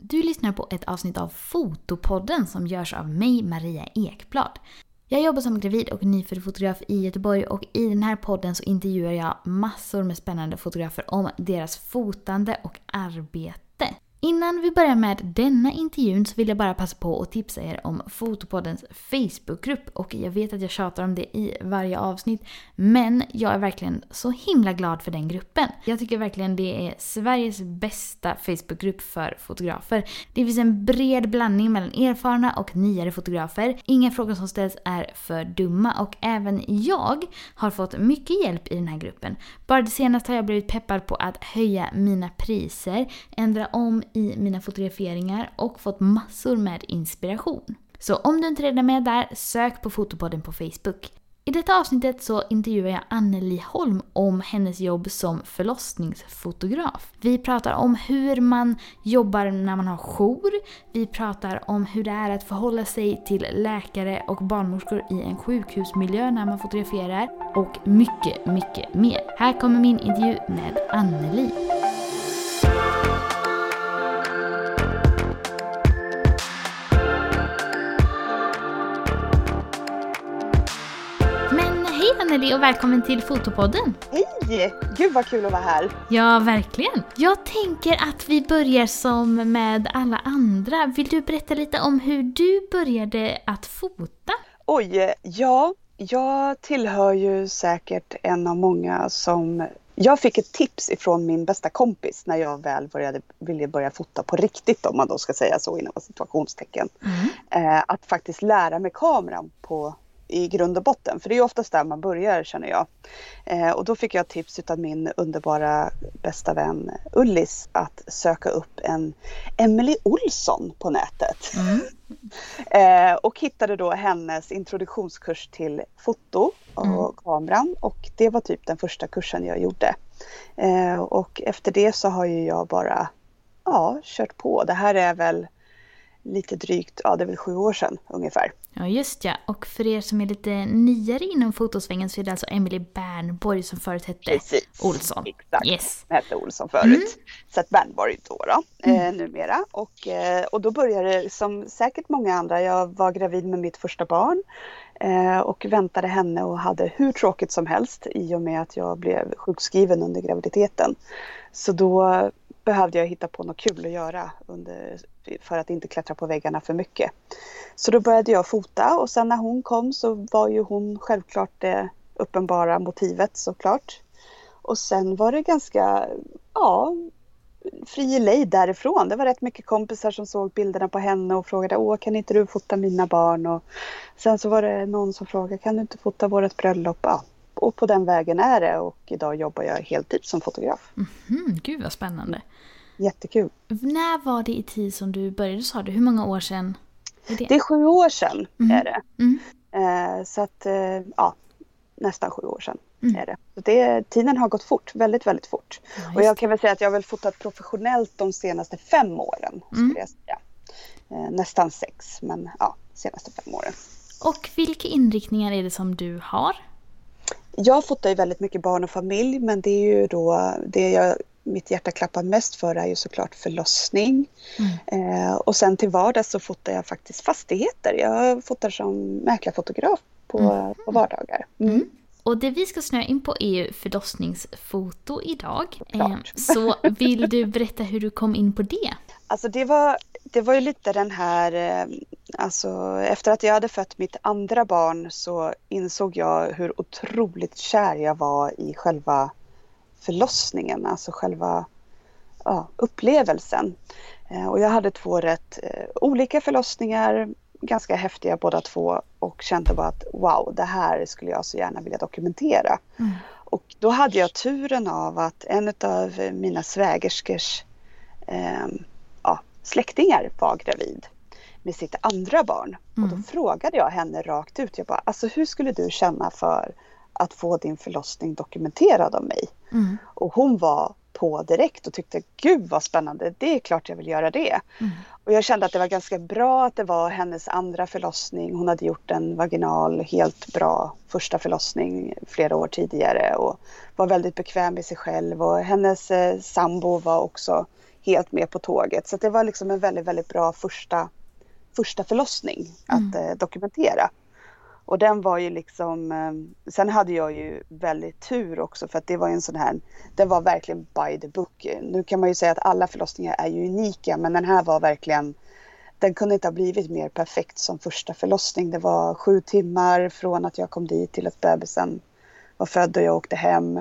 Du lyssnar på ett avsnitt av Fotopodden som görs av mig, Maria Ekblad. Jag jobbar som gravid och nyfödd fotograf i Göteborg och i den här podden så intervjuar jag massor med spännande fotografer om deras fotande och arbete. Innan vi börjar med denna intervjun så vill jag bara passa på att tipsa er om Fotopoddens Facebookgrupp. Och jag vet att jag tjatar om det i varje avsnitt, men jag är verkligen så himla glad för den gruppen. Jag tycker verkligen det är Sveriges bästa Facebookgrupp för fotografer. Det finns en bred blandning mellan erfarna och nyare fotografer. Inga frågor som ställs är för dumma och även jag har fått mycket hjälp i den här gruppen. Bara det senaste har jag blivit peppad på att höja mina priser, ändra om i mina fotograferingar och fått massor med inspiration. Så om du inte redan är med där, sök på Fotopodden på Facebook. I detta avsnittet så intervjuar jag Anneli Holm om hennes jobb som förlossningsfotograf. Vi pratar om hur man jobbar när man har jour. Vi pratar om hur det är att förhålla sig till läkare och barnmorskor i en sjukhusmiljö när man fotograferar. Och mycket, mycket mer. Här kommer min intervju med Anneli. Anneli och välkommen till Fotopodden. Hej! Gud vad kul att vara här. Ja, verkligen. Jag tänker att vi börjar som med alla andra. Vill du berätta lite om hur du började att fota? Oj, ja. Jag tillhör ju säkert en av många som... Jag fick ett tips ifrån min bästa kompis när jag väl ville börja fota på riktigt, om man då ska säga så inom situationstecken. Att faktiskt lära mig kameran i grund och botten. För det är ju oftast där man börjar, känner jag. Och då fick jag tips av min underbara bästa vän Ullis att söka upp en Emily Olsson på nätet. Och hittade då hennes introduktionskurs till foto och kameran. Och det var typ den första kursen jag gjorde. Och efter det så har ju jag bara kört på. Det här är väl lite drygt, det är väl 7 år sedan ungefär. Ja, just ja. Och för er som är lite nyare inom fotosvängen så är det alltså Emily Bernborg som förut hette Olsson. Exakt, yes. Hette Olsson förut. Så att Bernborg då numera. Och då började det som säkert många andra. Jag var gravid med mitt första barn och väntade henne och hade hur tråkigt som helst i och med att jag blev sjukskriven under graviditeten. Så då behövde jag hitta på något kul att göra för att inte klättra på väggarna för mycket. Så då började jag fota och sen när hon kom så var ju hon självklart det uppenbara motivet såklart. Och sen var det ganska fri lejd därifrån. Det var rätt mycket kompisar som såg bilderna på henne och frågade kan inte du fota mina barn? Och sen så var det någon som frågade kan du inte fota vårt bröllop? Och på den vägen är det och idag jobbar jag heltid som fotograf. Gud vad spännande. Jättekul. När var det i tid som du började, sa du? Hur många år sedan är det? Det är 7 år sedan är det. Så att nästan 7 år sedan är det. Så tiden har gått fort, väldigt, väldigt fort. Och jag kan väl säga att jag har väl fotat professionellt de senaste 5 åren skulle jag säga. Nästan 6, men senaste 5 åren. Och vilka inriktningar är det som du har? Jag fotar ju väldigt mycket barn och familj, men det är ju då mitt hjärta klappar mest för är ju såklart förlossning. Och sen till vardags så fotar jag faktiskt fastigheter. Jag fotar som mäklarfotograf på vardagar. Och det vi ska snöa in på är ju förlossningsfoto idag. Så vill du berätta hur du kom in på det? Alltså det var ju lite den här, efter att jag hade fött mitt andra barn så insåg jag hur otroligt kär jag var i själva förlossningen, alltså själva upplevelsen. Och jag hade 2 rätt olika förlossningar, ganska häftiga båda 2 och kände bara att wow, det här skulle jag så gärna vilja dokumentera. Och då hade jag turen av att en av mina svägerskors släktingar var gravid med sitt andra barn. Och då frågade jag henne rakt ut. Jag bara, alltså hur skulle du känna för att få din förlossning dokumenterad av mig? Och hon var på direkt och tyckte, gud vad spännande, det är klart jag vill göra det. Och jag kände att det var ganska bra att det var hennes andra förlossning. Hon hade gjort en vaginal, helt bra första förlossning flera år tidigare och var väldigt bekväm med sig själv. Och hennes sambo var också helt med på tåget. Så det var liksom en väldigt, väldigt bra första förlossning att dokumentera. Och den var ju liksom, sen hade jag ju väldigt tur också för att det var en sån här, den var verkligen by the book. Nu kan man ju säga att alla förlossningar är ju unika, men den här var verkligen, den kunde inte ha blivit mer perfekt som första förlossning. Det var 7 timmar från att jag kom dit till att bebisen var född och jag åkte hem.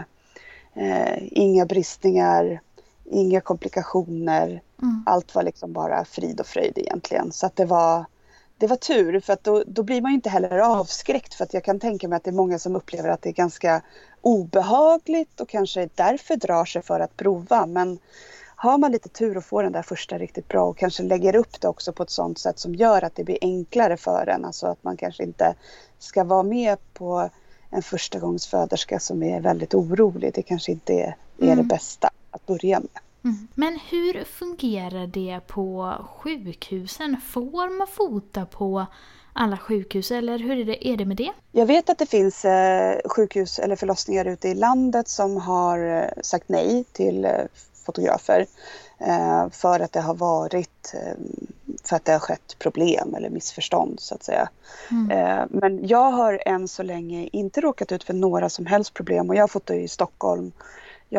Inga bristningar, inga komplikationer. Allt var liksom bara frid och fröjd egentligen. Så att det var tur, för att då blir man ju inte heller avskräckt, för att jag kan tänka mig att det är många som upplever att det är ganska obehagligt och kanske därför drar sig för att prova. Men har man lite tur och får den där första riktigt bra och kanske lägger upp det också på ett sånt sätt som gör att det blir enklare för en. Alltså att man kanske inte ska vara med på en förstagångsföderska som är väldigt orolig. Det kanske inte är det bästa att börja med. Men hur fungerar det på sjukhusen? Får man fota på alla sjukhus eller hur är det med det? Jag vet att det finns sjukhus eller förlossningar ute i landet som har sagt nej till fotografer för att det har varit för att det har skett problem eller missförstånd så att säga. Men jag har än så länge inte råkat ut för några som helst problem, och jag fotar i Stockholm. Jag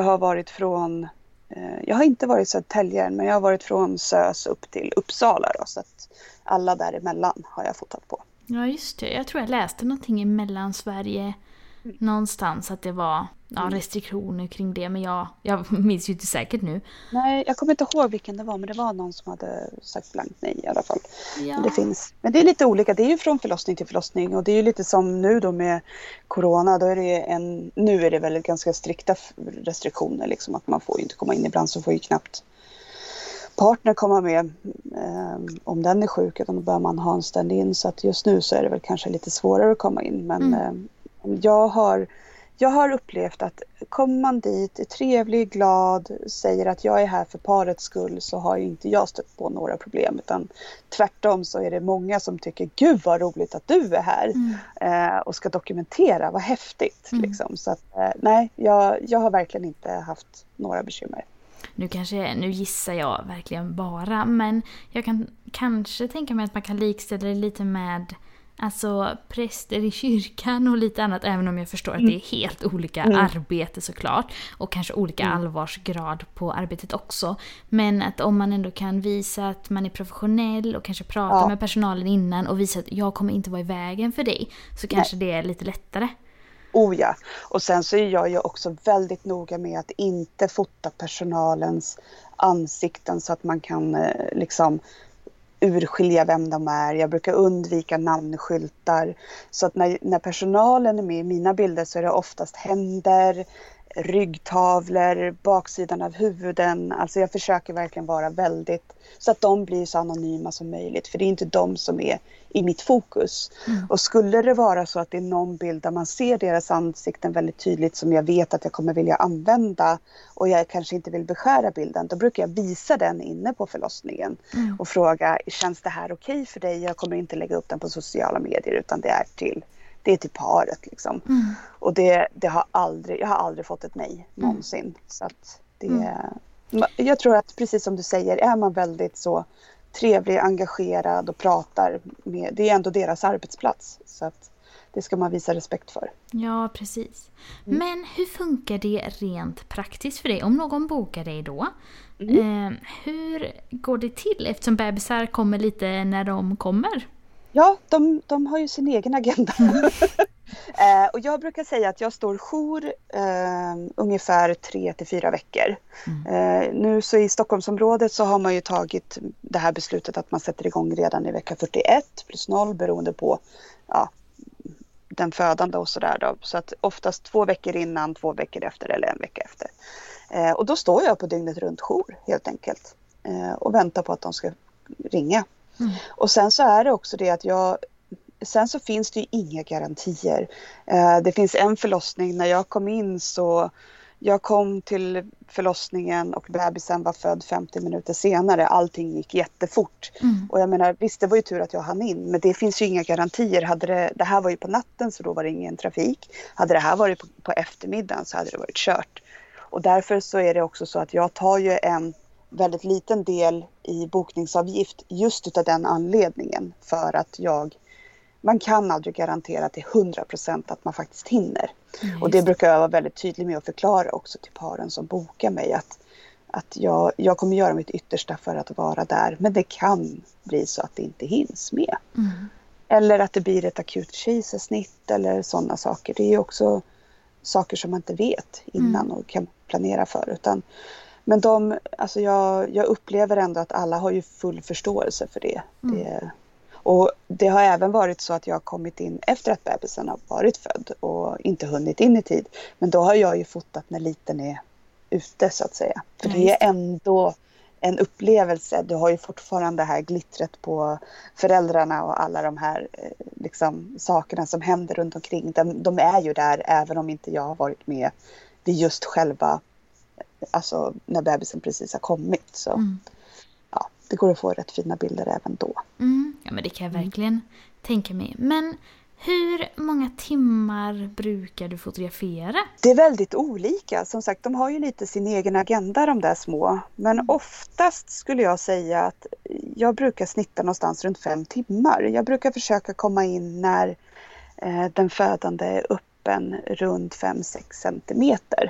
har inte varit i Södertälje, men jag har varit från Sös upp till Uppsala då, så att alla däremellan har jag fotat på. Ja just det, jag tror jag läste någonting i Mellansverige någonstans att det var restriktioner kring det, men jag minns ju inte säkert nu. Nej, jag kommer inte ihåg vilken det var, men det var någon som hade sagt blankt nej i alla fall. Ja. Men det är lite olika, det är ju från förlossning till förlossning, och det är ju lite som nu då med corona, då är det nu är det väldigt ganska strikta restriktioner liksom, att man får ju inte komma in, ibland så får ju knappt partner komma med om den är sjuk, utan då bör man ha en stand-in, så att just nu så är det väl kanske lite svårare att komma in, men jag har upplevt att kommer man dit, är trevlig, glad, säger att jag är här för parets skull, så har ju inte jag stött på några problem, utan tvärtom så är det många som tycker gud vad roligt att du är här och ska dokumentera, vad häftigt liksom. Så att nej, jag har verkligen inte haft några bekymmer. Nu gissar jag verkligen bara, men jag kan kanske tänka mig att man kan likställa det lite med alltså präster i kyrkan och lite annat, även om jag förstår att det är helt olika arbete såklart, och kanske olika allvarsgrad på arbetet också, men att om man ändå kan visa att man är professionell och kanske prata med personalen innan och visa att jag kommer inte vara i vägen för dig, så kanske det är lite lättare. Oh ja, och sen så är jag ju också väldigt noga med att inte fota personalens ansikten så att man kan liksom urskilja vem de är. Jag brukar undvika namnskyltar, så att när personalen är med i mina bilder så är det oftast händer, ryggtavlor, baksidan av huvuden. Alltså jag försöker verkligen vara väldigt, så att de blir så anonyma som möjligt, för det är inte de som är i mitt fokus. Och skulle det vara så att det är någon bild där man ser deras ansikten väldigt tydligt som jag vet att jag kommer vilja använda och jag kanske inte vill beskära bilden, då brukar jag visa den inne på förlossningen och fråga, känns det här okej för dig? Jag kommer inte lägga upp den på sociala medier, utan det är till paret liksom. Och jag har aldrig fått ett nej någonsin. Så att jag tror att precis som du säger, är man väldigt så trevlig, engagerad och pratar med, det är ändå deras arbetsplats, så att det ska man visa respekt för. Ja, precis. Men hur funkar det rent praktiskt för dig? Om någon bokar dig då, hur går det till? Eftersom bebisar kommer lite när de kommer. Ja, de har ju sin egen agenda. Och jag brukar säga att jag står jour ungefär 3 till 4 veckor. Nu så i Stockholmsområdet så har man ju tagit det här beslutet att man sätter igång redan i vecka 41 plus 0 beroende på den födande och sådär då. Så att oftast 2 veckor innan, 2 veckor efter eller 1 vecka efter. Och då står jag på dygnet runt jour helt enkelt och väntar på att de ska ringa. Och sen så är det också det att sen så finns det ju inga garantier. Det finns en förlossning, när jag kom in så jag kom till förlossningen och bebisen var född 50 minuter senare. Allting gick jättefort. Och jag menar, visst det var ju tur att jag hann in, men det finns ju inga garantier. Det här var ju på natten, så då var det ingen trafik. Hade det här varit på eftermiddagen så hade det varit kört. Och därför så är det också så att jag tar ju väldigt liten del i bokningsavgift just utav den anledningen. För att man kan aldrig garantera till 100% att man faktiskt hinner. Och det brukar jag vara väldigt tydlig med att förklara också till paren som bokar mig. Att jag kommer göra mitt yttersta för att vara där. Men det kan bli så att det inte hinns med. Eller att det blir ett akut kejsarsnitt eller sådana saker. Det är också saker som man inte vet innan och kan planera för. Men jag upplever ändå att alla har ju full förståelse för det. Och det har även varit så att jag har kommit in efter att bebisen har varit född och inte hunnit in i tid. Men då har jag ju fotat när liten är ute så att säga. För det är ändå en upplevelse. Du har ju fortfarande det här glittret på föräldrarna och alla de här liksom, sakerna som händer runt omkring. De är ju där även om inte jag har varit med vid just själva, alltså när bebisen precis har kommit. Så ja, det går att få rätt fina bilder även då. Ja, men det kan jag verkligen tänka mig. Men hur många timmar brukar du fotografera? Det är väldigt olika. Som sagt, de har ju lite sin egen agenda de där små. Men oftast skulle jag säga att jag brukar snitta någonstans runt 5 timmar. Jag brukar försöka komma in när den födande är öppen runt 5-6 centimeter.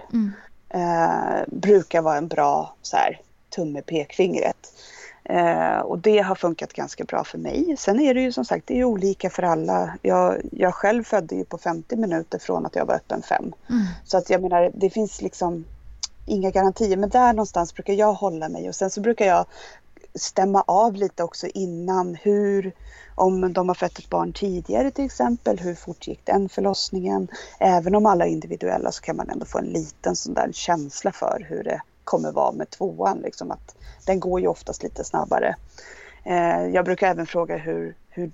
Brukar vara en bra så här, tumme pekfingret. Och det har funkat ganska bra för mig. Sen är det ju som sagt, det är olika för alla. Jag själv födde ju på 50 minuter från att jag var öppen 5. Så att jag menar, det finns liksom inga garantier. Men där någonstans brukar jag hålla mig. Och sen så brukar jag stämma av lite också innan om de har fött ett barn tidigare till exempel. Hur fort gick den förlossningen? Även om alla är individuella så kan man ändå få en liten sån där känsla för hur det kommer vara med 2:an. Liksom att den går ju oftast lite snabbare. Jag brukar även fråga hur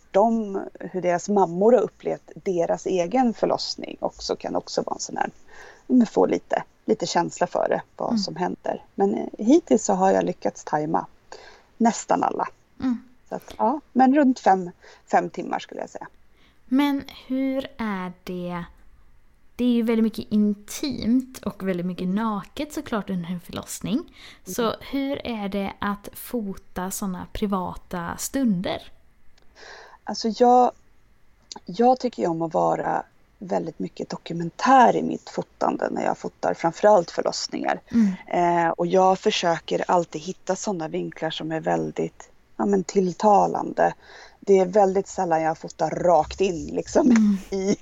deras mammor har upplevt deras egen förlossning. Också kan också vara en sån här, man får lite känsla för det, vad som händer. Men hittills så har jag lyckats tajma nästan alla. Så att, ja, men runt 5 timmar skulle jag säga. Men hur är det? Det är ju väldigt mycket intimt och väldigt mycket naket såklart under en förlossning. Så hur är det att fota sådana privata stunder? Alltså jag tycker om att vara väldigt mycket dokumentär i mitt fotande när jag fotar framförallt förlossningar. Och jag försöker alltid hitta sådana vinklar som är väldigt tilltalande. Det är väldigt sällan jag fotar rakt in liksom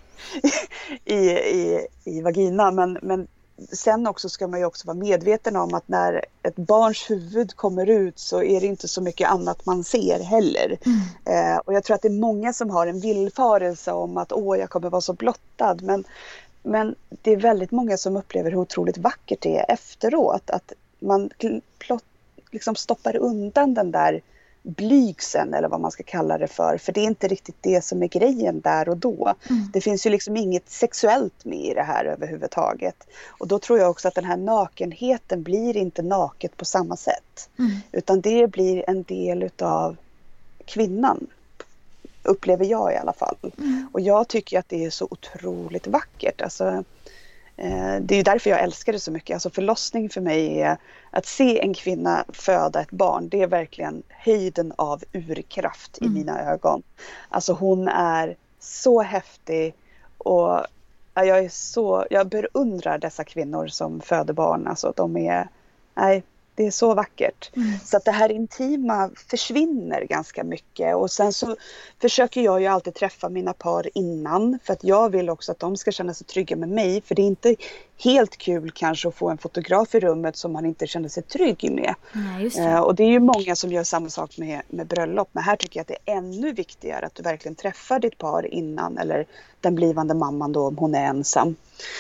i vagina. Men sen också ska man ju också vara medveten om att när ett barns huvud kommer ut så är det inte så mycket annat man ser heller. Och jag tror att det är många som har en villfarelse om att jag kommer vara så blottad. Men det är väldigt många som upplever hur otroligt vackert det är efteråt. Att man liksom stoppar undan den där blygseln eller vad man ska kalla det för det är inte riktigt det som är grejen där och då. Det finns ju liksom inget sexuellt med i det här överhuvudtaget. Och då tror jag också att den här nakenheten blir inte naket på samma sätt. Utan det blir en del utav kvinnan, upplever jag i alla fall. Och jag tycker att det är så otroligt vackert. Alltså, det är ju därför jag älskar det så mycket. Alltså förlossning för mig är att se en kvinna föda ett barn. Det är verkligen höjden av urkraft i mina ögon. Alltså hon är så häftig och jag beundrar dessa kvinnor som föder barn. Alltså det är så vackert. Så att det här intima försvinner ganska mycket. Och sen så försöker jag ju alltid träffa mina par innan. För att jag vill också att de ska känna sig trygga med mig. För det är inte helt kul kanske att få en fotograf i rummet som man inte känner sig trygg med. Nej, just det. Och det är ju många som gör samma sak med bröllop. Men här tycker jag att det är ännu viktigare att du verkligen träffar ditt par innan. Eller den blivande mamman då om hon är ensam.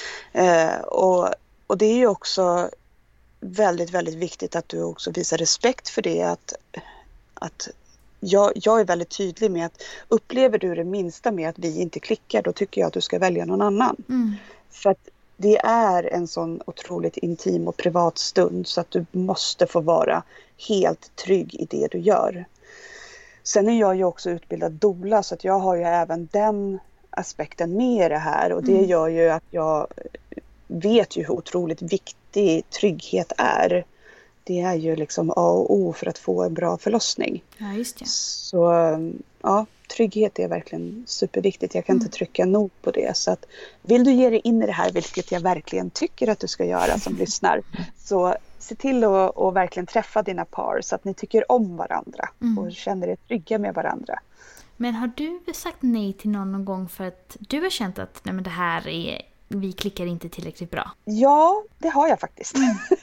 Och det är ju också väldigt, väldigt viktigt att du också visar respekt för det. Att jag är väldigt tydlig med att upplever du det minsta med att vi inte klickar, då tycker jag att du ska välja någon annan. För att det är en sån otroligt intim och privat stund så att du måste få vara helt trygg i det du gör. Sen är jag ju också utbildad doula så att jag har ju även den aspekten med i det här. Och det gör ju att jag vet ju hur otroligt viktig trygghet är. det är ju liksom A och O för att få en bra förlossning. Ja, just det. Så ja, trygghet är verkligen superviktigt. Jag kan inte trycka nog på det. Så att, vill du ge dig in i det här, vilket jag verkligen tycker att du ska göra som lyssnar, så se till att verkligen träffa dina par så att ni tycker om varandra och känner er trygga med varandra. Men har du sagt nej till någon gång för att du har känt att nej, men det här vi klickar inte tillräckligt bra? Ja, det har jag faktiskt.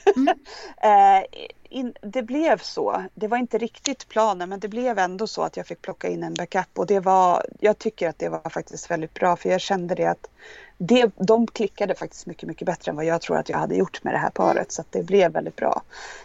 Det blev så. Det var inte riktigt planen, men det blev ändå så att jag fick plocka in en backup. Och jag tycker att det var faktiskt väldigt bra, för jag kände det att de klickade faktiskt mycket, mycket bättre än vad jag tror att jag hade gjort med det här paret. Så att det blev väldigt bra.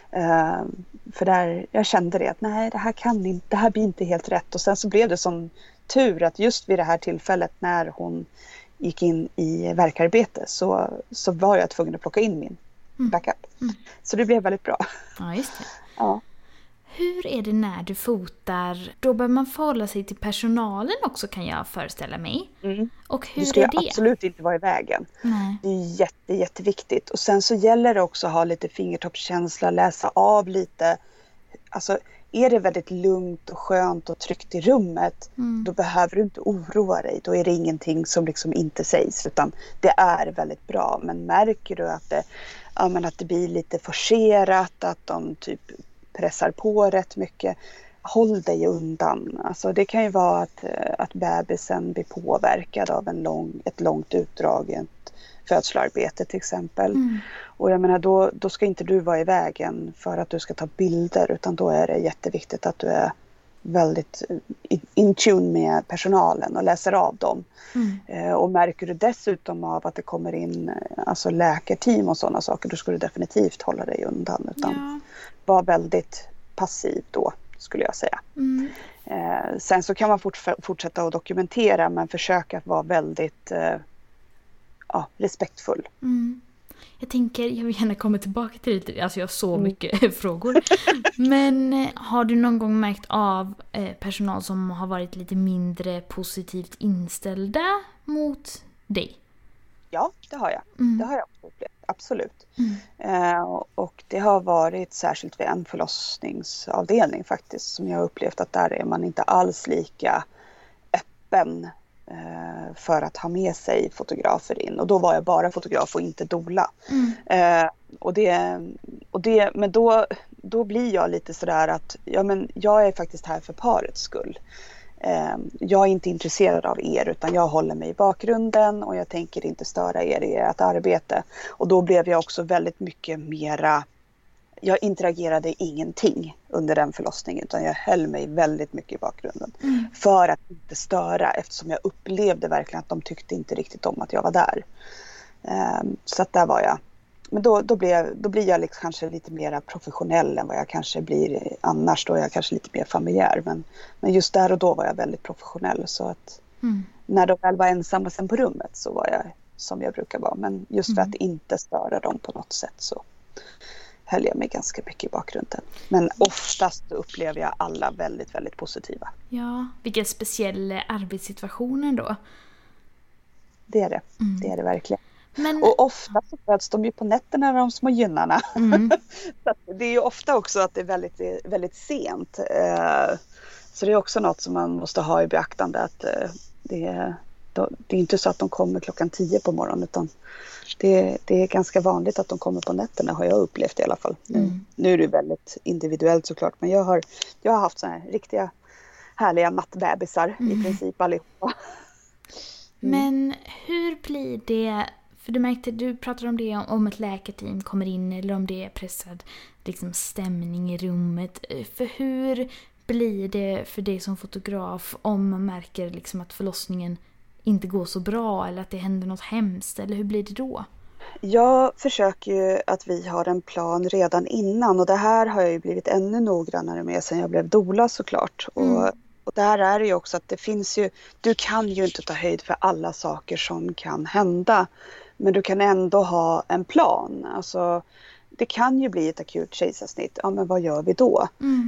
För jag kände det att nej, det här blir inte helt rätt. Och sen så blev det som tur att just vid det här tillfället när hon gick in i verkarbete så var jag tvungen att plocka in min backup. Så det blev väldigt bra. Ja, just det. Ja. Hur är det när du fotar? Då bör man förhålla sig till personalen också, kan jag föreställa mig. Och hur du ska är det? Absolut inte vara i vägen. Nej. Det är jätteviktigt. Och sen så gäller det också att ha lite fingertoppskänsla, läsa av lite. Alltså, är det väldigt lugnt och skönt och tryggt i rummet, då behöver du inte oroa dig. Då är det ingenting som liksom inte sägs, utan det är väldigt bra. Men märker du att det blir lite forcerat, att de typ pressar på rätt mycket, håll dig undan. Alltså, det kan ju vara att bebisen blir påverkad av ett långt utdraget födselarbete till exempel. Och jag menar, då ska inte du vara i vägen för att du ska ta bilder, utan då är det jätteviktigt att du är väldigt in tune med personalen och läser av dem. Och märker du dessutom av att det kommer in alltså läkarteam och sådana saker, då ska du definitivt hålla dig undan, utan var väldigt passiv då, skulle jag säga. Sen så kan man fortsätta att dokumentera, men försöka att vara väldigt respektfull. Jag tänker, jag vill gärna komma tillbaka till det. Alltså jag har så mycket frågor. Men har du någon gång märkt av personal som har varit lite mindre positivt inställda mot dig? Ja, det har jag. Det har jag upplevt. Absolut. Och det har varit särskilt vid en förlossningsavdelning faktiskt, som jag har upplevt att där är man inte alls lika öppen för att ha med sig fotografer in. Och då var jag bara fotograf och inte doula. Men då blir jag lite sådär att jag är faktiskt här för parets skull. Jag är inte intresserad av er, utan jag håller mig i bakgrunden och jag tänker inte störa er i ert arbete. Och då blev jag också väldigt mycket mera, jag interagerade ingenting under den förlossningen, utan jag höll mig väldigt mycket i bakgrunden för att inte störa, eftersom jag upplevde verkligen att de tyckte inte riktigt om att jag var där. Så att där var jag. Men då blir jag liksom kanske lite mer professionell än vad jag kanske blir annars. Då är jag kanske lite mer familjär. Men just där och då var jag väldigt professionell. Så att när de väl var ensamma sen på rummet så var jag som jag brukar vara. Men just för att inte störa dem på något sätt så höll jag mig ganska mycket i bakgrunden. Men oftast upplever jag alla väldigt, väldigt positiva. Ja, vilken speciell arbetssituation ändå. Det är det. Det är det verkligen. Och ofta så föds de ju på nätterna, de små gynnarna. Så att det är ju ofta också att det är väldigt, väldigt sent. Så det är också något som man måste ha i beaktande. Att det är inte så att de kommer 10 på morgonen, utan det är ganska vanligt att de kommer på nätterna, har jag upplevt i alla fall. Nu är det väldigt individuellt såklart, men jag har haft såna här riktiga härliga nattbebisar i princip allihopa. Men hur blir det? För du pratade om det, om ett läkarteam kommer in eller om det är pressad liksom, stämning i rummet. För hur blir det för dig som fotograf om man märker liksom, att förlossningen inte går så bra eller att det händer något hemskt? Eller hur blir det då? Jag försöker ju att vi har en plan redan innan, och det här har jag ju blivit ännu noggrannare med sen jag blev doula såklart. Och där är det ju också att det finns ju, du kan ju inte ta höjd för alla saker som kan hända. Men du kan ändå ha en plan. Alltså, det kan ju bli ett akut kejsarsnitt. Ja, men vad gör vi då?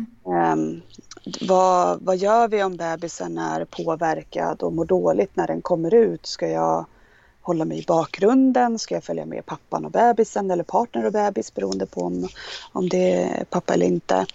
Vad gör vi om bebisen är påverkad och mår dåligt när den kommer ut? Ska jag hålla mig i bakgrunden? Ska jag följa med pappan och bebisen eller partner och bebis beroende på om det är pappa eller inte.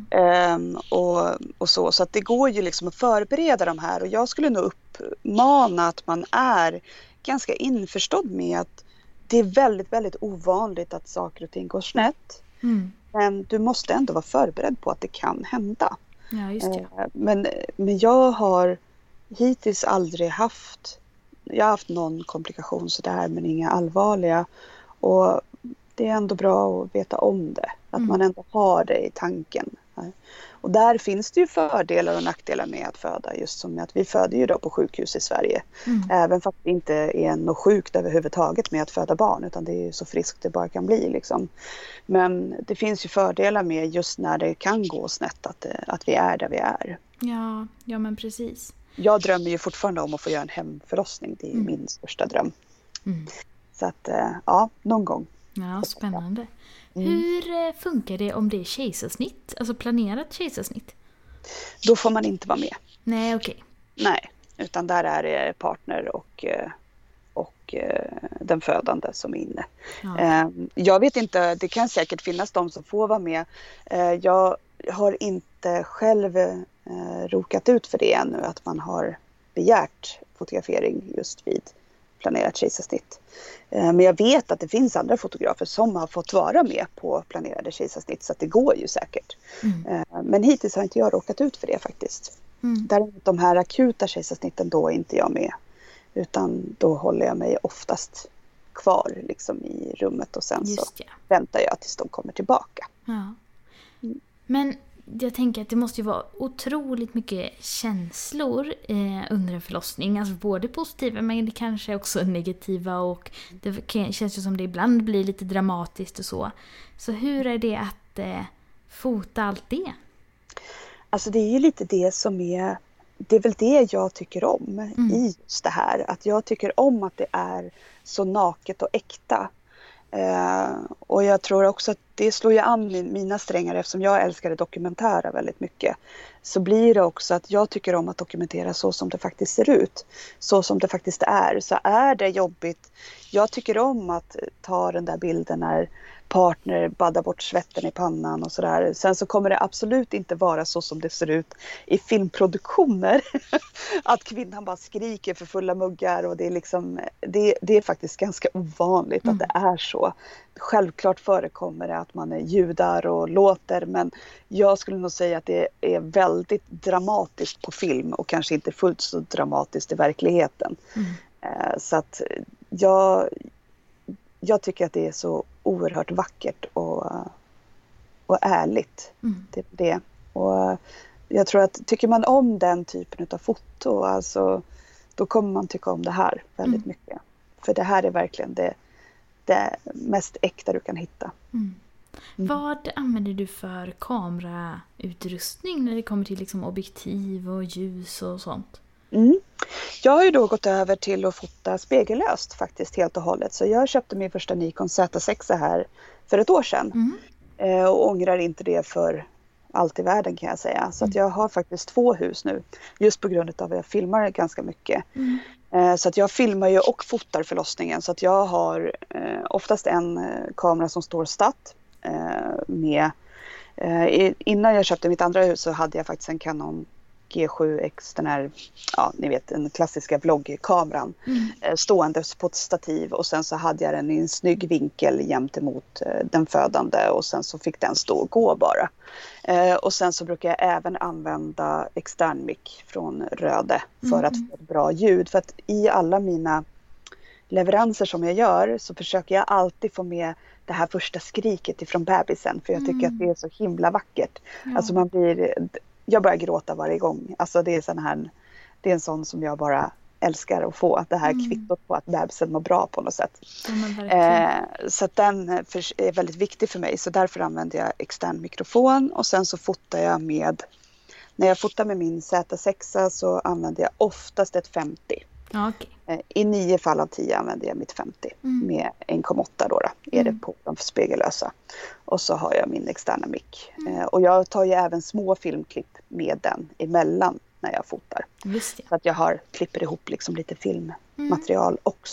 Och så att det går ju liksom att förbereda de här, och jag skulle nog uppmana att man är ganska införstådd med att det är väldigt, väldigt ovanligt att saker och ting går snett. Men du måste ändå vara förberedd på att det kan hända. Ja, just det. Men jag har hittills aldrig haft... Jag har haft någon komplikation sådär, men inga allvarliga. Och det är ändå bra att veta om det. Att man ändå har det i tanken. Och där finns det ju fördelar och nackdelar med att föda. Just som att vi föder ju då på sjukhus i Sverige. Även fast det inte är något sjukt överhuvudtaget med att föda barn. Utan det är ju så friskt det bara kan bli liksom. Men det finns ju fördelar med just när det kan gå snett. Att vi är där vi är. Ja men precis. Jag drömmer ju fortfarande om att få göra en hemförlossning. Det är min största dröm. Så att, ja, någon gång. Ja, spännande. Hur funkar det om det är kejsarsnitt? Alltså planerat kejsarsnitt? Då får man inte vara med. Nej, okej. Nej, utan där är det partner och den födande som är inne. Ja. Jag vet inte, det kan säkert finnas de som får vara med. Jag har inte själv rokat ut för det ännu, att man har begärt fotografering just vid planerat kejsarsnitt. Men jag vet att det finns andra fotografer som har fått vara med på planerade kejsarsnitt, så att det går ju säkert. Men hittills har inte jag råkat ut för det faktiskt. Däremot de här akuta kejsarsnitten, då är inte jag med. Utan då håller jag mig oftast kvar liksom i rummet, och sen så väntar jag tills de kommer tillbaka. Ja. Men jag tänker att det måste ju vara otroligt mycket känslor under en förlossning. Alltså både positiva men det kanske också negativa, och det känns ju som det ibland blir lite dramatiskt och så. Så hur är det att fota allt det? Alltså det är ju lite det som det är väl det jag tycker om i just det här. Att jag tycker om att det är så naket och äkta. Och jag tror också att det slår ju an mina strängar, eftersom jag älskar det dokumentära väldigt mycket. Så blir det också att jag tycker om att dokumentera så som det faktiskt ser ut. Så som det faktiskt är. Så är det jobbigt. Jag tycker om att ta den där bilden när partner baddar bort svetten i pannan och sådär. Sen så kommer det absolut inte vara så som det ser ut i filmproduktioner. Att kvinnan bara skriker för fulla muggar, och det är liksom, det är faktiskt ganska ovanligt att det är så. Självklart förekommer det att man ljudar och låter, men jag skulle nog säga att det är väldigt dramatiskt på film och kanske inte fullt så dramatiskt i verkligheten. Så att jag tycker att det är så oerhört vackert och ärligt. Det är det. Och jag tror att tycker man om den typen av foto, alltså, då kommer man tycka om det här väldigt mycket. För det här är verkligen det mest äkta du kan hitta. Vad använder du för kamerautrustning när det kommer till liksom objektiv och ljus och sånt? Jag har ju då gått över till att fota spegellöst faktiskt helt och hållet. Så jag köpte min första Nikon Z6 här för ett år sedan. Och ångrar inte det för allt i världen, kan jag säga. Så att jag har faktiskt 2 hus nu. Just på grund av att jag filmar ganska mycket. Så att jag filmar ju och fotar förlossningen. Så att jag har oftast en kamera som står statt. Innan jag köpte mitt andra hus så hade jag faktiskt en Canon G7X, den här, ja ni vet, den klassiska vloggkameran stående på ett stativ, och sen så hade jag den i en snygg vinkel jämt emot den födande, och sen så fick den stå och gå bara. Och sen så brukar jag även använda extern mic från Röde för att få ett bra ljud, för att i alla mina leveranser som jag gör så försöker jag alltid få med det här första skriket ifrån bebisen, för jag tycker att det är så himla vackert. Alltså jag börjar gråta varje gång. Alltså det är en sån som jag bara älskar att få. Det här kvittot på att bebisen mår bra på något sätt. Så att den är väldigt viktig för mig. Så därför använder jag extern mikrofon. Och sen så fotar jag när jag fotar med min Z6 så använder jag oftast ett 50. Okay. I 9 fall av 10 använder jag mitt 50 med 1,8 då är det på de spegellösa. Och så har jag min externa mic. Och jag tar ju även små filmklipp med den emellan när jag fotar. Just det. Så att jag klipper ihop liksom lite filmmaterial också.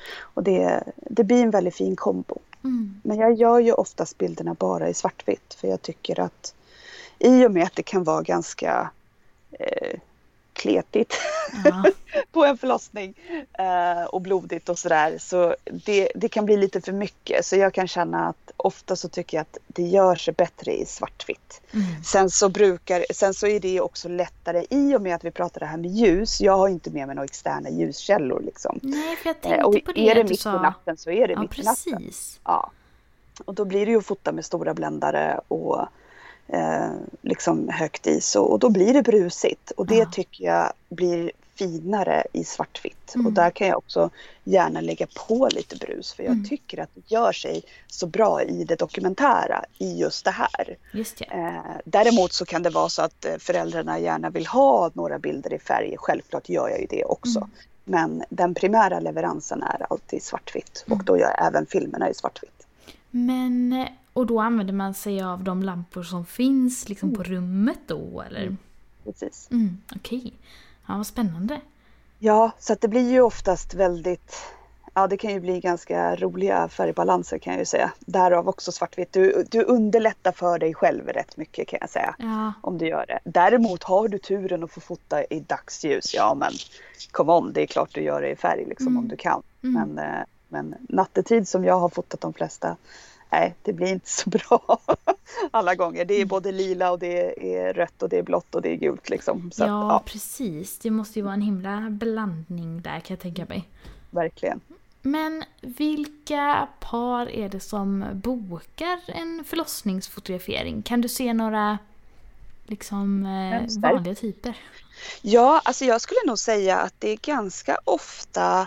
Och det blir en väldigt fin kombo. Men jag gör ju oftast bilderna bara i svartvitt. För jag tycker att i och med att det kan vara ganska kletigt på en förlossning och blodigt och sådär. Så det kan bli lite för mycket. Så jag kan känna att ofta så tycker jag att det gör sig bättre i svartvitt. Sen så är det också lättare i och med att vi pratar det här med ljus. Jag har inte med mig några externa ljuskällor liksom. Nej, för jag tänkte och på det. Är det mitt i natten så är det mitt i natten. Precis. Ja. Och då blir det ju att fota med stora bländare och liksom högt i. Och då blir det brusigt. Och det tycker jag blir finare i svartvitt. Och där kan jag också gärna lägga på lite brus. För jag tycker att det gör sig så bra i det dokumentära i just det här. Just det. Däremot så kan det vara så att föräldrarna gärna vill ha några bilder i färg. Självklart gör jag ju det också. Men den primära leveransen är alltid svartvitt. Och då gör jag även filmerna i svartvitt. Men, och då använder man sig av de lampor som finns liksom på rummet då, eller? Precis. Okej. Ja, vad spännande. Ja, så att det blir ju oftast väldigt... Ja, det kan ju bli ganska roliga färgbalanser kan jag ju säga. Därav också svartvitt. Du underlättar för dig själv rätt mycket kan jag säga. Ja. Om du gör det. Däremot har du turen att få fota i dagsljus. Ja, men come on, det är klart du gör det i färg liksom om du kan. Men nattetid som jag har fotat de flesta... Nej, det blir inte så bra alla gånger. Det är både lila och det är rött och det är blått och det är gult liksom. Så ja, att, precis. Det måste ju vara en himla blandning där kan jag tänka mig. Verkligen. Men vilka par är det som bokar en förlossningsfotografering? Kan du se några liksom vanliga typer? Ja, alltså jag skulle nog säga att det är ganska ofta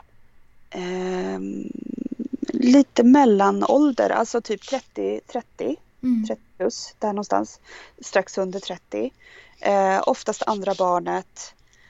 lite mellanålder, alltså typ 30 plus, där någonstans, strax under 30. Oftast andra barnet.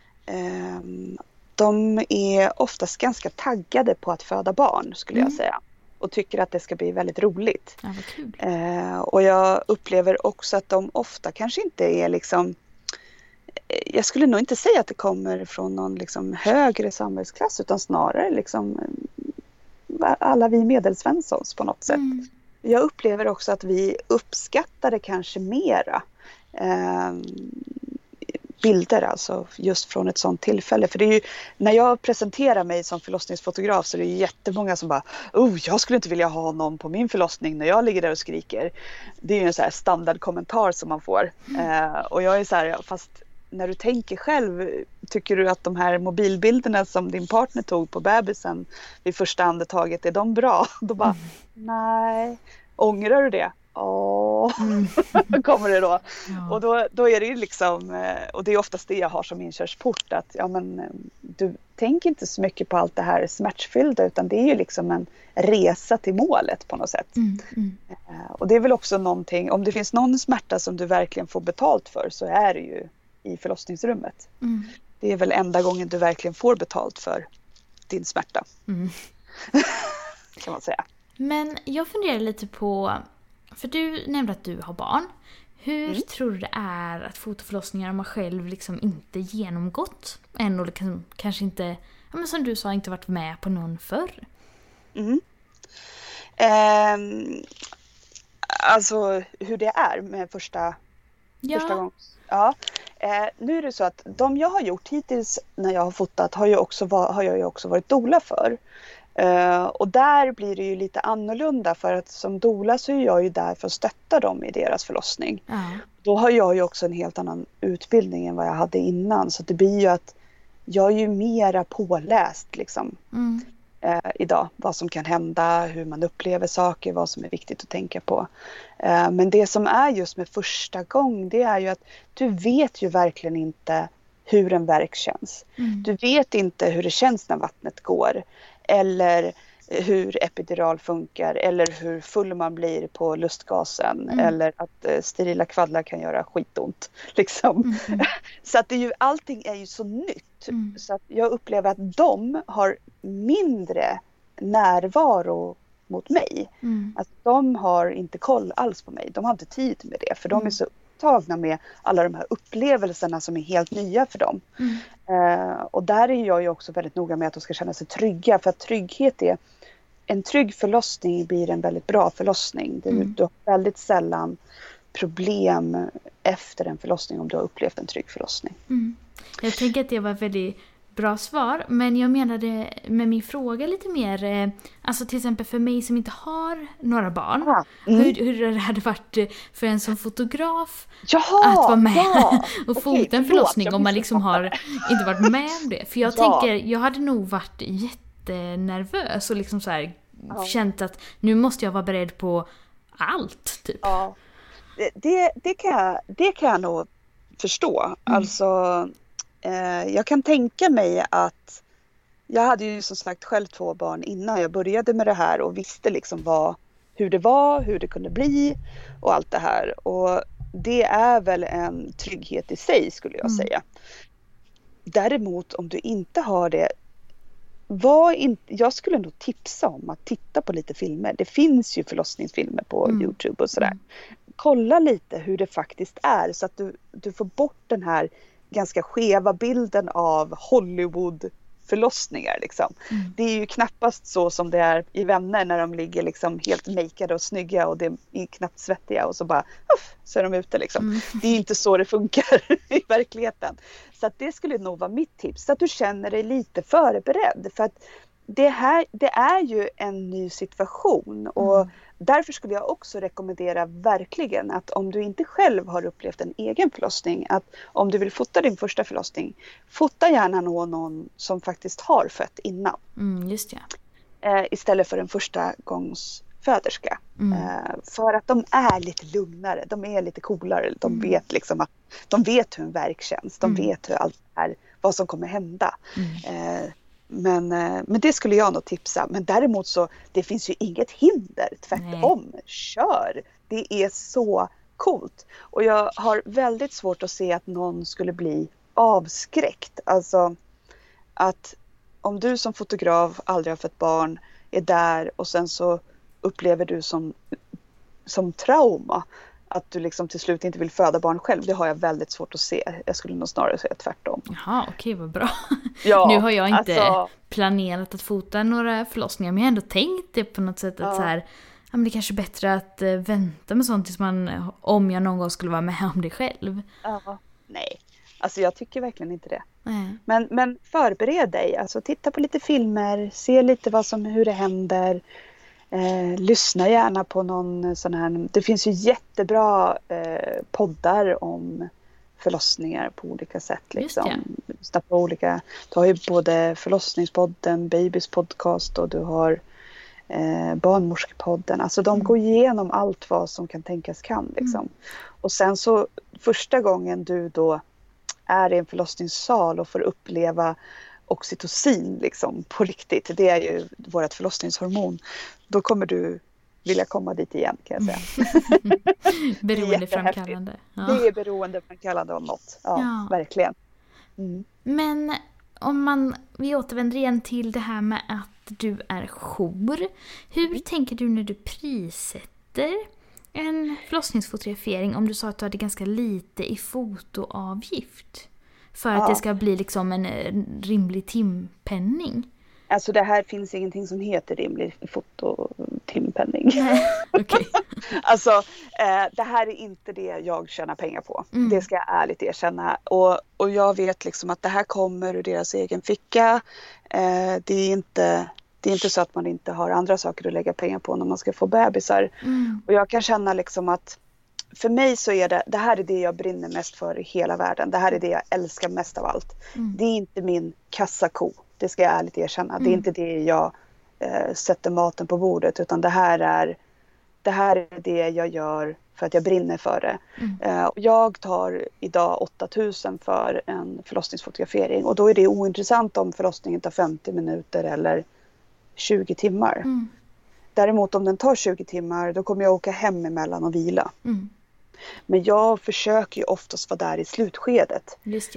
De är oftast ganska taggade på att föda barn skulle jag säga. Och tycker att det ska bli väldigt roligt. Ja, vad kul. Och jag upplever också att de ofta kanske inte är liksom... Jag skulle nog inte säga att det kommer från någon liksom högre samhällsklass utan snarare liksom alla vi medelsvenssons på något sätt. Jag upplever också att vi uppskattar det kanske mera. Bilder alltså just från ett sånt tillfälle. För det är ju, när jag presenterar mig som förlossningsfotograf så är det ju jättemånga som bara jag skulle inte vilja ha någon på min förlossning när jag ligger där och skriker. Det är ju en så här standardkommentar som man får. Och jag är så här, fast när du tänker själv, tycker du att de här mobilbilderna som din partner tog på bebisen vid första andetaget, är de bra? Då bara, nej. Ångrar du det? Kommer det då. Ja. Och då är det ju liksom, och det är oftast det jag har som inkörsport, att du tänker inte så mycket på allt det här smärtfyllda, utan det är ju liksom en resa till målet på något sätt. Och det är väl också någonting, om det finns någon smärta som du verkligen får betalt för, så är det ju i förlossningsrummet. Det är väl enda gången du verkligen får betalt för din smärta. Kan man säga. Men jag funderar lite på, för du nämnde att du har barn. Hur tror du det är att fotoförlossningar om man själv liksom inte genomgått än och kanske inte, men som du sa, inte varit med på någon förr? Alltså hur det är med första gången. Ja. Nu är det så att de jag har gjort hittills när jag har fotat har jag ju också varit doula för. Och där blir det ju lite annorlunda, för att som doula så är jag ju där för att stötta dem i deras förlossning. Då har jag ju också en helt annan utbildning än vad jag hade innan, så det blir ju att jag är ju mera påläst liksom idag, vad som kan hända, hur man upplever saker, vad som är viktigt att tänka på. Men det som är just med första gång, det är ju att du vet ju verkligen inte hur en verk känns. Du vet inte hur det känns när vattnet går, eller hur epidural funkar, eller hur full man blir på lustgasen, eller att sterila kvaddlar kan göra skitont liksom. Så att allting är ju så nytt, så att jag upplever att de har mindre närvaro mot mig. Att de har inte koll alls på mig, de har inte tid med det, för de är så upptagna med alla de här upplevelserna som är helt nya för dem. Och där är jag ju också väldigt noga med att de ska känna sig trygga, för att trygghet är en trygg förlossning blir en väldigt bra förlossning. Du har väldigt sällan problem efter en förlossning om du har upplevt en trygg förlossning. Jag tänker att det var ett väldigt bra svar, men jag menade med min fråga lite mer, alltså till exempel för mig som inte har några barn, hur det hade varit för en som fotograf att vara med och fota en förlossning om man liksom har inte varit med om det. För jag tänker, jag hade nog varit jättenervös och liksom så här känt att nu måste jag vara beredd på allt typ. Ja. Det kan jag nog förstå. Alltså jag kan tänka mig att jag hade ju som sagt själv 2 barn innan jag började med det här och visste liksom hur det var, hur det kunde bli och allt det här. Och det är väl en trygghet i sig skulle jag säga. Däremot om du inte har det, jag skulle nog tipsa om att titta på lite filmer. Det finns ju förlossningsfilmer på YouTube och sådär. Kolla lite hur det faktiskt är så att du får bort den här ganska skeva bilden av Hollywood-förlossningar. Liksom. Det är ju knappast så som det är i Vänner när de ligger liksom helt makeade och snygga och det är knappt svettiga och så bara så är de ute. Liksom. Det är inte så det funkar i verkligheten. Så att det skulle nog vara mitt tips. Så att du känner dig lite förberedd. För att det är ju en ny situation och därför skulle jag också rekommendera verkligen att om du inte själv har upplevt en egen förlossning, att om du vill fota din första förlossning, fota gärna någon som faktiskt har fött innan. Just det. Istället för en första gångs föderska. För att de är lite lugnare, de är lite coolare, de vet liksom att de vet hur en verk känns, de vet hur allt är, vad som kommer hända. Men det skulle jag nog tipsa. Men däremot så, det finns ju inget hinder. Tvärtom, kör. Det är så coolt. Och jag har väldigt svårt att se att någon skulle bli avskräckt. Alltså att om du som fotograf aldrig har fått barn, är där och sen så upplever du som trauma att du liksom till slut inte vill föda barn själv. Det har jag väldigt svårt att se. Jag skulle nog snarare säga tvärtom. Jaha, okej, vad bra. Ja, nu har jag inte planerat att fota några förlossningar, men jag har ändå tänkt det på något sätt att så här, men det är kanske bättre att vänta med sånt tills om jag någon gång skulle vara med om det själv. Ja, nej. Alltså jag tycker verkligen inte det. Men förbered dig. Alltså titta på lite filmer, se lite hur det händer. Lyssna gärna på någon sån här. Det finns ju jättebra poddar om förlossningar på olika sätt. Liksom. Lyssna på olika. Du har ju både förlossningspodden, Babys podcast och du har barnmorskepodden. Alltså de går igenom allt vad som kan tänkas kan. Liksom. Och sen så första gången du då är i en förlossningssal och får uppleva oxytocin liksom, på riktigt. Det är ju vårt förlossningshormon. Då kommer du vilja komma dit igen, kan jag säga. Beroendeframkallande. Ja. Det är beroendeframkallande om något. Ja. Verkligen. Men om vi återvänder igen till det här med att du är jour. Hur tänker du när du prissätter en förlossningsfotografering, om du sa att du hade ganska lite i fotoavgift? För att det ska bli liksom en rimlig timpenning. Alltså det här finns ingenting som heter rimlig fototimpenning. Okay. Alltså det här är inte det jag tjänar pengar på. Det ska jag ärligt erkänna. Och jag vet liksom att det här kommer ur deras egen ficka. Det är inte så att man inte har andra saker att lägga pengar på när man ska få bebisar. Och jag kan känna liksom att för mig så är det här är det jag brinner mest för i hela världen. Det här är det jag älskar mest av allt. Det är inte min kassako. Det ska jag ärligt erkänna. Det är inte det jag sätter maten på bordet. Utan det här är det jag gör för att jag brinner för det. Jag tar idag 8,000 för en förlossningsfotografering. Och då är det ointressant om förlossningen tar 50 minuter eller 20 timmar. Däremot om den tar 20 timmar, då kommer jag åka hem emellan och vila. Men jag försöker ju oftast vara där i slutskedet. Just det.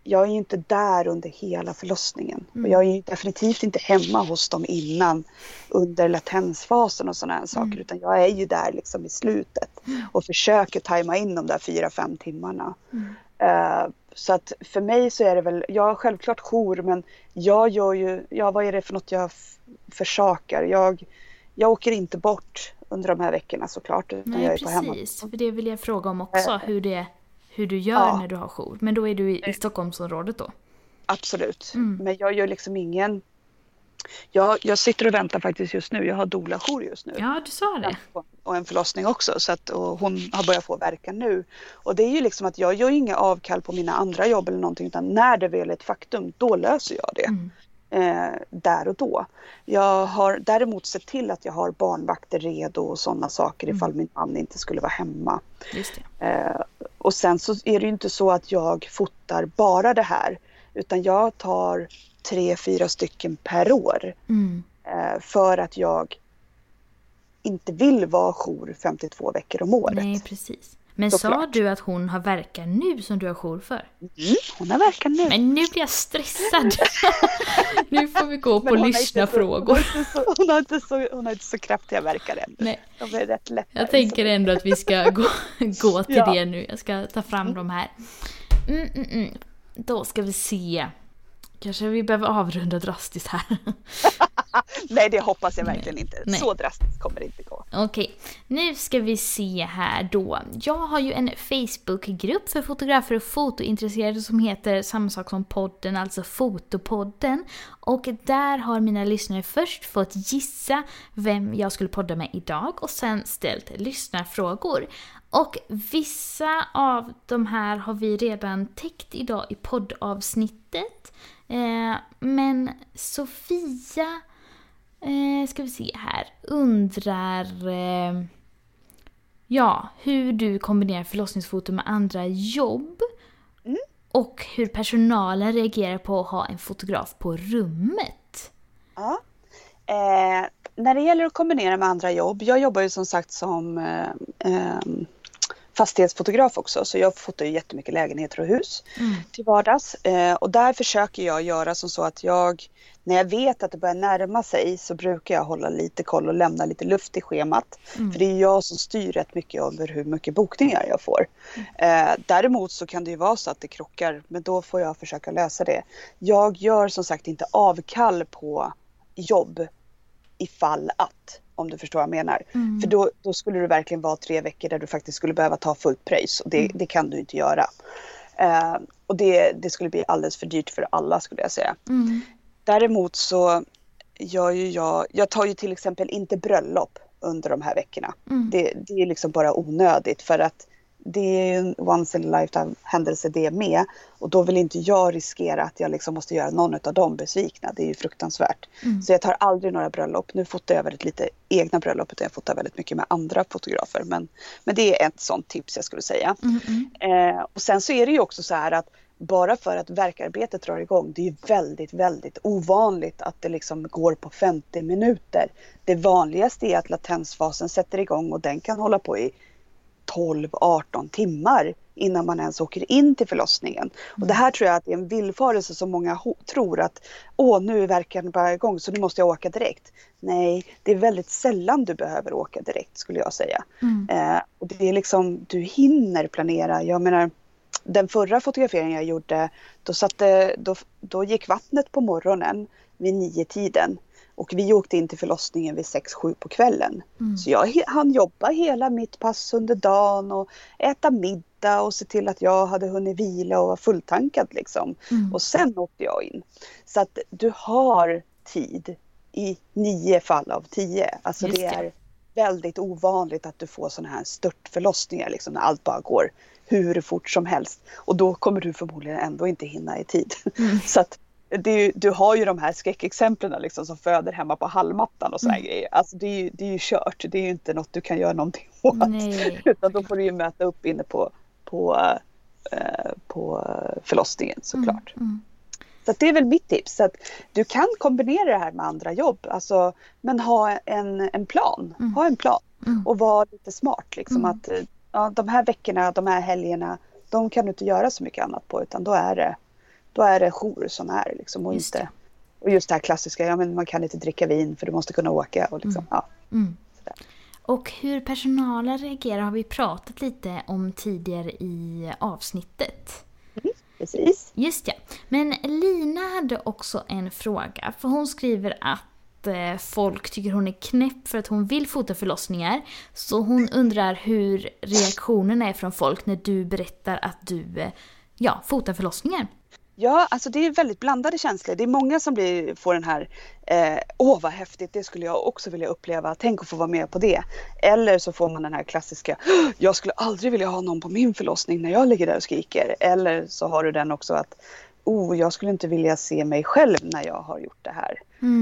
jag är ju inte där under hela förlossningen. Och jag är ju definitivt inte hemma hos dem innan, under latensfasen och sådana här saker. Utan jag är ju där liksom i slutet. Och försöker tajma in de där 4-5 timmarna. Så att för mig så är det väl, jag har självklart jour, men jag gör ju, vad är det för något jag försakar? Jag åker inte bort under de här veckorna såklart. Utan Nej, jag är på hemma. precis. För det vill jag fråga om också, hur du gör när du har jour. Men då är du i Stockholmsområdet då? Absolut. Men jag gör liksom ingen... Jag sitter och väntar faktiskt just nu. Jag har doula-jour just nu. Ja, du sa det. Och en förlossning också. Så att, och hon har börjat få verka nu. Och det är ju liksom att jag gör inga avkall på mina andra jobb eller någonting. Utan när det väl är ett faktum, då löser jag det. Där och då. Jag har däremot sett till att jag har barnvakter redo och sådana saker ifall min man inte skulle vara hemma. Just det. Och sen så är det ju inte så att jag fotar bara det här. Utan jag tar 3-4 stycken per år. För att jag inte vill vara jour 52 veckor om året. Nej, precis. Men sa du att hon har verkar nu som du har jour för? Hon har verkar nu. Men nu blir jag stressad. Nu får vi gå på lyssna frågor. Hon har inte så kraftiga verkar än. Nej. De är rätt lätta. Jag tänker ändå att vi ska gå till det nu. Jag ska ta fram de här. Då ska vi se. Kanske vi behöver avrunda drastiskt här. Nej, det hoppas jag verkligen inte. Nej. Så drastiskt kommer det inte gå. Okej, nu ska vi se här då. Jag har ju en Facebookgrupp för fotografer och fotointresserade som heter samma sak som podden, alltså Fotopodden. Och där har mina lyssnare först fått gissa vem jag skulle podda med idag och sen ställt lyssnarfrågor. Och vissa av de här har vi redan täckt idag i poddavsnittet. Men Sofia, ska vi se här, undrar hur du kombinerar förlossningsfoto med andra jobb. Och hur personalen reagerar på att ha en fotograf på rummet. Ja. När det gäller att kombinera med andra jobb, jag jobbar ju som sagt som fastighetsfotograf också, så jag fotar ju jättemycket lägenheter och hus till vardags. Och där försöker jag göra som så att när jag vet att det börjar närma sig så brukar jag hålla lite koll och lämna lite luft i schemat. För det är jag som styr rätt mycket över hur mycket bokningar jag får. Däremot så kan det ju vara så att det krockar, men då får jag försöka lösa det. Jag gör som sagt inte avkall på jobb ifall att, om du förstår vad jag menar. För då skulle det verkligen vara 3 veckor där du faktiskt skulle behöva ta fullt pröjs. Och det kan du inte göra. Och det skulle bli alldeles för dyrt för alla, skulle jag säga. Däremot så jag tar ju till exempel inte bröllop under de här veckorna. Det är liksom bara onödigt, för att det är en once in a lifetime händelse det med. Och då vill inte jag riskera att jag liksom måste göra någon av dem besvikna. Det är ju fruktansvärt. Så jag tar aldrig några bröllop. Nu fotar jag väldigt lite egna bröllop, utan jag fotar väldigt mycket med andra fotografer. Men det är ett sånt tips jag skulle säga. Och sen så är det ju också så här att bara för att verkarbetet drar igång, det är ju väldigt, väldigt ovanligt att det liksom går på 50 minuter. Det vanligaste är att latensfasen sätter igång och den kan hålla på i 12-18 timmar innan man ens åker in till förlossningen. Och det här tror jag att är en villfarelse som många tror att nu är verkan bara igång så nu måste jag åka direkt. Nej, det är väldigt sällan du behöver åka direkt, skulle jag säga. Och det är liksom, du hinner planera. Jag menar, den förra fotograferingen jag gjorde, då gick vattnet på morgonen vid 9-tiden. Och vi åkte in till förlossningen vid 6-7 på kvällen. Så jag hann jobba hela mitt pass under dagen och äta middag och se till att jag hade hunnit vila och var fulltankad liksom. Och sen åkte jag in. Så att du har tid i 9 fall av 10. Alltså det är väldigt ovanligt att du får såna här störtförlossningar liksom, när allt bara går hur fort som helst. Och då kommer du förmodligen ändå inte hinna i tid. Så att du har ju de här skräckexemplen liksom, som föder hemma på hallmattan och sådana grejer. Alltså det är ju kört. Det är ju inte något du kan göra någonting åt. Nej. Utan då får du ju möta upp inne på förlossningen såklart. Så att det är väl mitt tips. Så att du kan kombinera det här med andra jobb. Alltså, men ha en plan. Ha en plan. Och vara lite smart. Liksom, att de här veckorna, de här helgerna, de kan du inte göra så mycket annat på. Utan då är då är det jour som är liksom, och Just inte... Och just det här klassiska, ja men man kan inte dricka vin för du måste kunna åka. Och liksom, sådär. Och hur personalen reagerar har vi pratat lite om tidigare i avsnittet. Precis. Just ja. Men Lina hade också en fråga. För hon skriver att folk tycker hon är knäpp för att hon vill fota förlossningar. Så hon undrar hur reaktionen är från folk när du berättar att du fotar förlossningar. Ja, alltså det är väldigt blandade känslor. Det är många som får den här, vad häftigt, det skulle jag också vilja uppleva. Tänk att få vara med på det. Eller så får man den här klassiska, jag skulle aldrig vilja ha någon på min förlossning när jag ligger där och skriker. Eller så har du den också att, jag skulle inte vilja se mig själv när jag har gjort det här.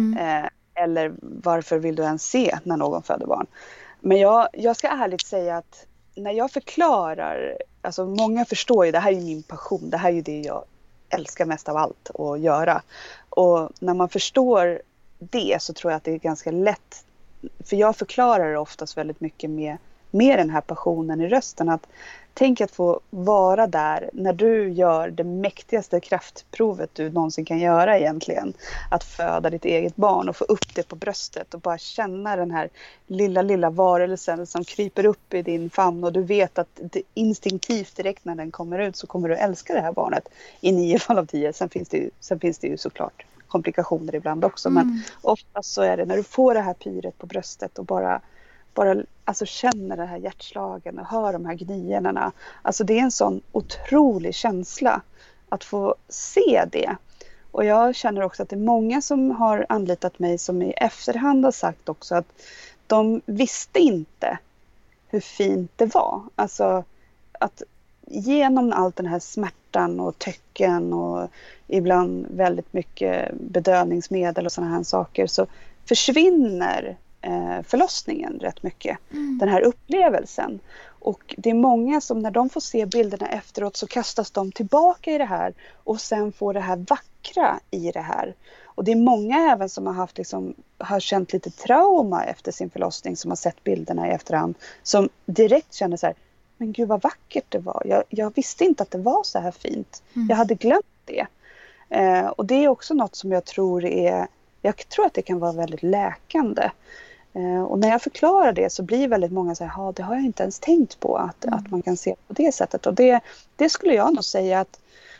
Eller varför vill du ens se när någon föder barn? Men jag ska ärligt säga att när jag förklarar, alltså många förstår ju, det här är min passion, det här är ju det jag älskar mest av allt att göra. Och när man förstår det så tror jag att det är ganska lätt. För jag förklarar det oftast väldigt mycket med den här passionen i rösten. Att tänk att få vara där när du gör det mäktigaste kraftprovet du någonsin kan göra egentligen. Att föda ditt eget barn och få upp det på bröstet och bara känna den här lilla varelsen som kryper upp i din famn. Och du vet att det instinktivt direkt när den kommer ut så kommer du älska det här barnet i 9 fall av 10. Sen finns det ju såklart komplikationer ibland också. Men oftast så är det när du får det här pyret på bröstet och bara alltså känner det här hjärtslagen och hör de här gnierna. Alltså det är en sån otrolig känsla att få se det. Och jag känner också att det är många som har anlitat mig som i efterhand har sagt också att de visste inte hur fint det var. Alltså att genom allt den här smärtan och töcken och ibland väldigt mycket bedövningsmedel och sådana här saker så försvinner förlossningen rätt mycket. Den här upplevelsen. Och det är många som när de får se bilderna efteråt så kastas de tillbaka i det här och sen får det här vackra i det här. Och det är många även som har känt lite trauma efter sin förlossning som har sett bilderna i efterhand som direkt känner så här, men gud vad vackert det var. Jag visste inte att det var så här fint. Jag hade glömt det. Och det är också något som jag tror att det kan vara väldigt läkande. Och när jag förklarar det så blir väldigt många så här, det har jag inte ens tänkt på att man kan se på det sättet. Och det skulle jag nog säga att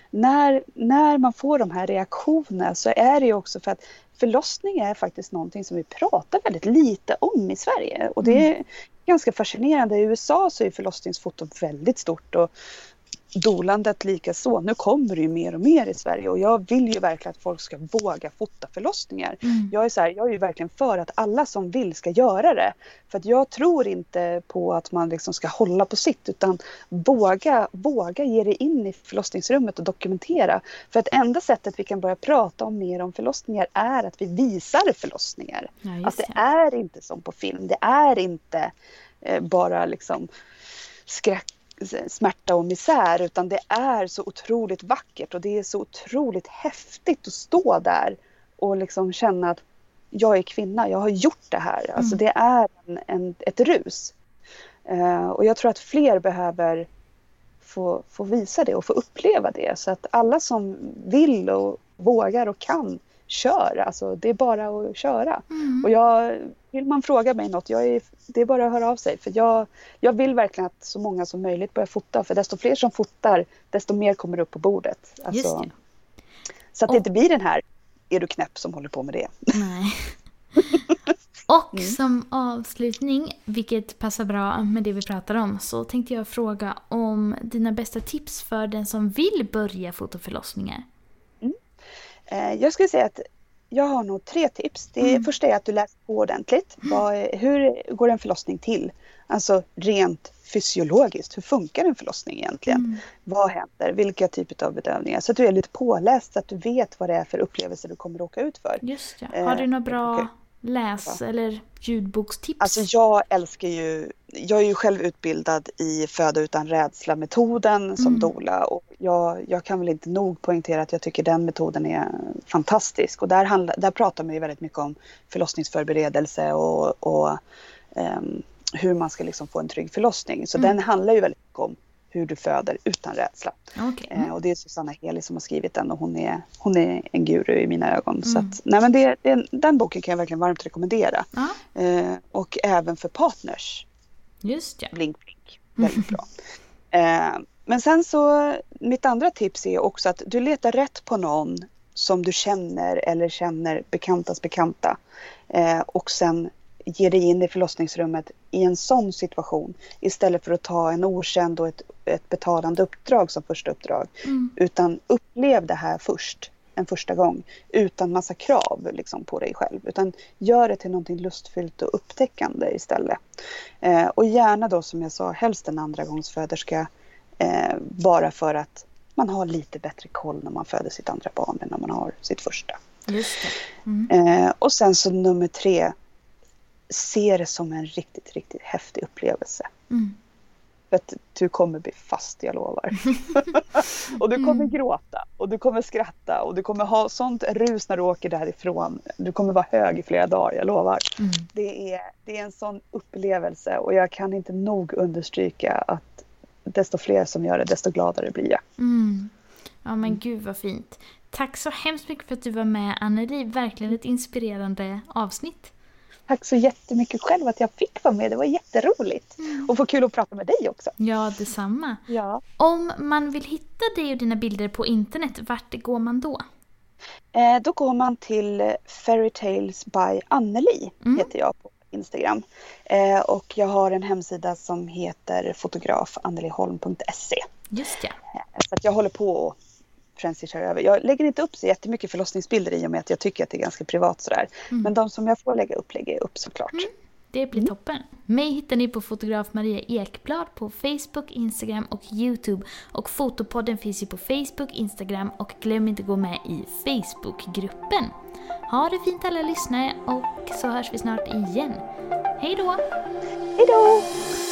när man får de här reaktionerna så är det ju också för att förlossning är faktiskt någonting som vi pratar väldigt lite om i Sverige. Och det är ganska fascinerande. I USA så är förlossningsfoto väldigt stort och dolandet lika så. Nu kommer det ju mer och mer i Sverige och jag vill ju verkligen att folk ska våga fota förlossningar. Jag är ju verkligen för att alla som vill ska göra det. För att jag tror inte på att man liksom ska hålla på sitt utan våga ge dig in i förlossningsrummet och dokumentera. För att enda sättet vi kan börja prata om mer om förlossningar är att vi visar förlossningar. Ja, att det är inte som på film. Det är inte bara liksom smärta och misär utan det är så otroligt vackert och det är så otroligt häftigt att stå där och liksom känna att jag är kvinna, jag har gjort det här. Alltså det är ett rus. Och jag tror att fler behöver få visa det och få uppleva det så att alla som vill och vågar och kan kör, alltså det är bara att köra. Och vill man fråga mig något, det är bara att höra av sig. För jag vill verkligen att så många som möjligt börjar fota. För desto fler som fotar, desto mer kommer upp på bordet. Alltså, så att det inte blir den här, är du knäpp som håller på med det. Nej. Och som avslutning, vilket passar bra med det vi pratar om, så tänkte jag fråga om dina bästa tips för den som vill börja fotoförlossningar. Jag skulle säga att jag har nog 3 tips. Det första är att du läser på ordentligt. Hur går en förlossning till? Alltså rent fysiologiskt. Hur funkar en förlossning egentligen? Vad händer? Vilka typer av bedövningar? Så att du är lite påläst så att du vet vad det är för upplevelser du kommer att åka ut för. Just det. Har du några bra eller ljudbokstips? Alltså jag är ju själv utbildad i föda utan rädsla-metoden som doula och jag kan väl inte nog poängtera att jag tycker den metoden är fantastisk och där pratar man ju väldigt mycket om förlossningsförberedelse och hur man ska liksom få en trygg förlossning. Så den handlar ju väldigt mycket om hur du föder utan rädsla. Okay. Och det är Susanna Heli som har skrivit den och hon är en guru i mina ögon. Så att, nej, men den boken kan jag verkligen varmt rekommendera. Och även för partners. Just ja. Blink, blink. Väldigt bra. Men sen så, mitt andra tips är också att du letar rätt på någon som du känner eller känner bekantas bekanta. Och sen ger dig in i förlossningsrummet i en sån situation istället för att ta en okänd och ett betalande uppdrag som första uppdrag. Utan upplev det här en första gång utan massa krav liksom på dig själv. Utan gör det till någonting lustfyllt och upptäckande istället. Och gärna då, som jag sa, helst en andra gångsföderska, bara för att man har lite bättre koll när man föder sitt andra barn än när man har sitt första. Just det. Och sen så nummer 3, se det som en riktigt, riktigt häftig upplevelse. För att du kommer bli fast, jag lovar. Och du kommer gråta och du kommer skratta och du kommer ha sånt rus när du åker därifrån. Du kommer vara hög i flera dagar, jag lovar. Det är en sån upplevelse och jag kan inte nog understryka att desto fler som gör det, desto gladare blir jag. Ja, men gud vad fint. Tack så hemskt mycket för att du var med, Anneli. Verkligen ett inspirerande avsnitt. Tack så jättemycket själv att jag fick vara med. Det var jätteroligt. Och få kul att prata med dig också. Ja, detsamma. Ja. Om man vill hitta dig och dina bilder på internet, vart går man då? Då går man till Fairytales by Anneli, heter jag på Instagram. Och jag har en hemsida som heter fotografanneliholm.se. Just ja. Så att jag håller på och kör över. Jag lägger inte upp så jättemycket förlossningsbilder i och med att jag tycker att det är ganska privat sådär. Men de som jag får lägga jag upp såklart. Det blir toppen. Mig hittar ni på fotograf Maria Ekblad på Facebook, Instagram och YouTube. Och Fotopodden finns ju på Facebook, Instagram och glöm inte att gå med i Facebookgruppen. Ha det fint alla lyssnare och så hörs vi snart igen. Hej då! Hej då!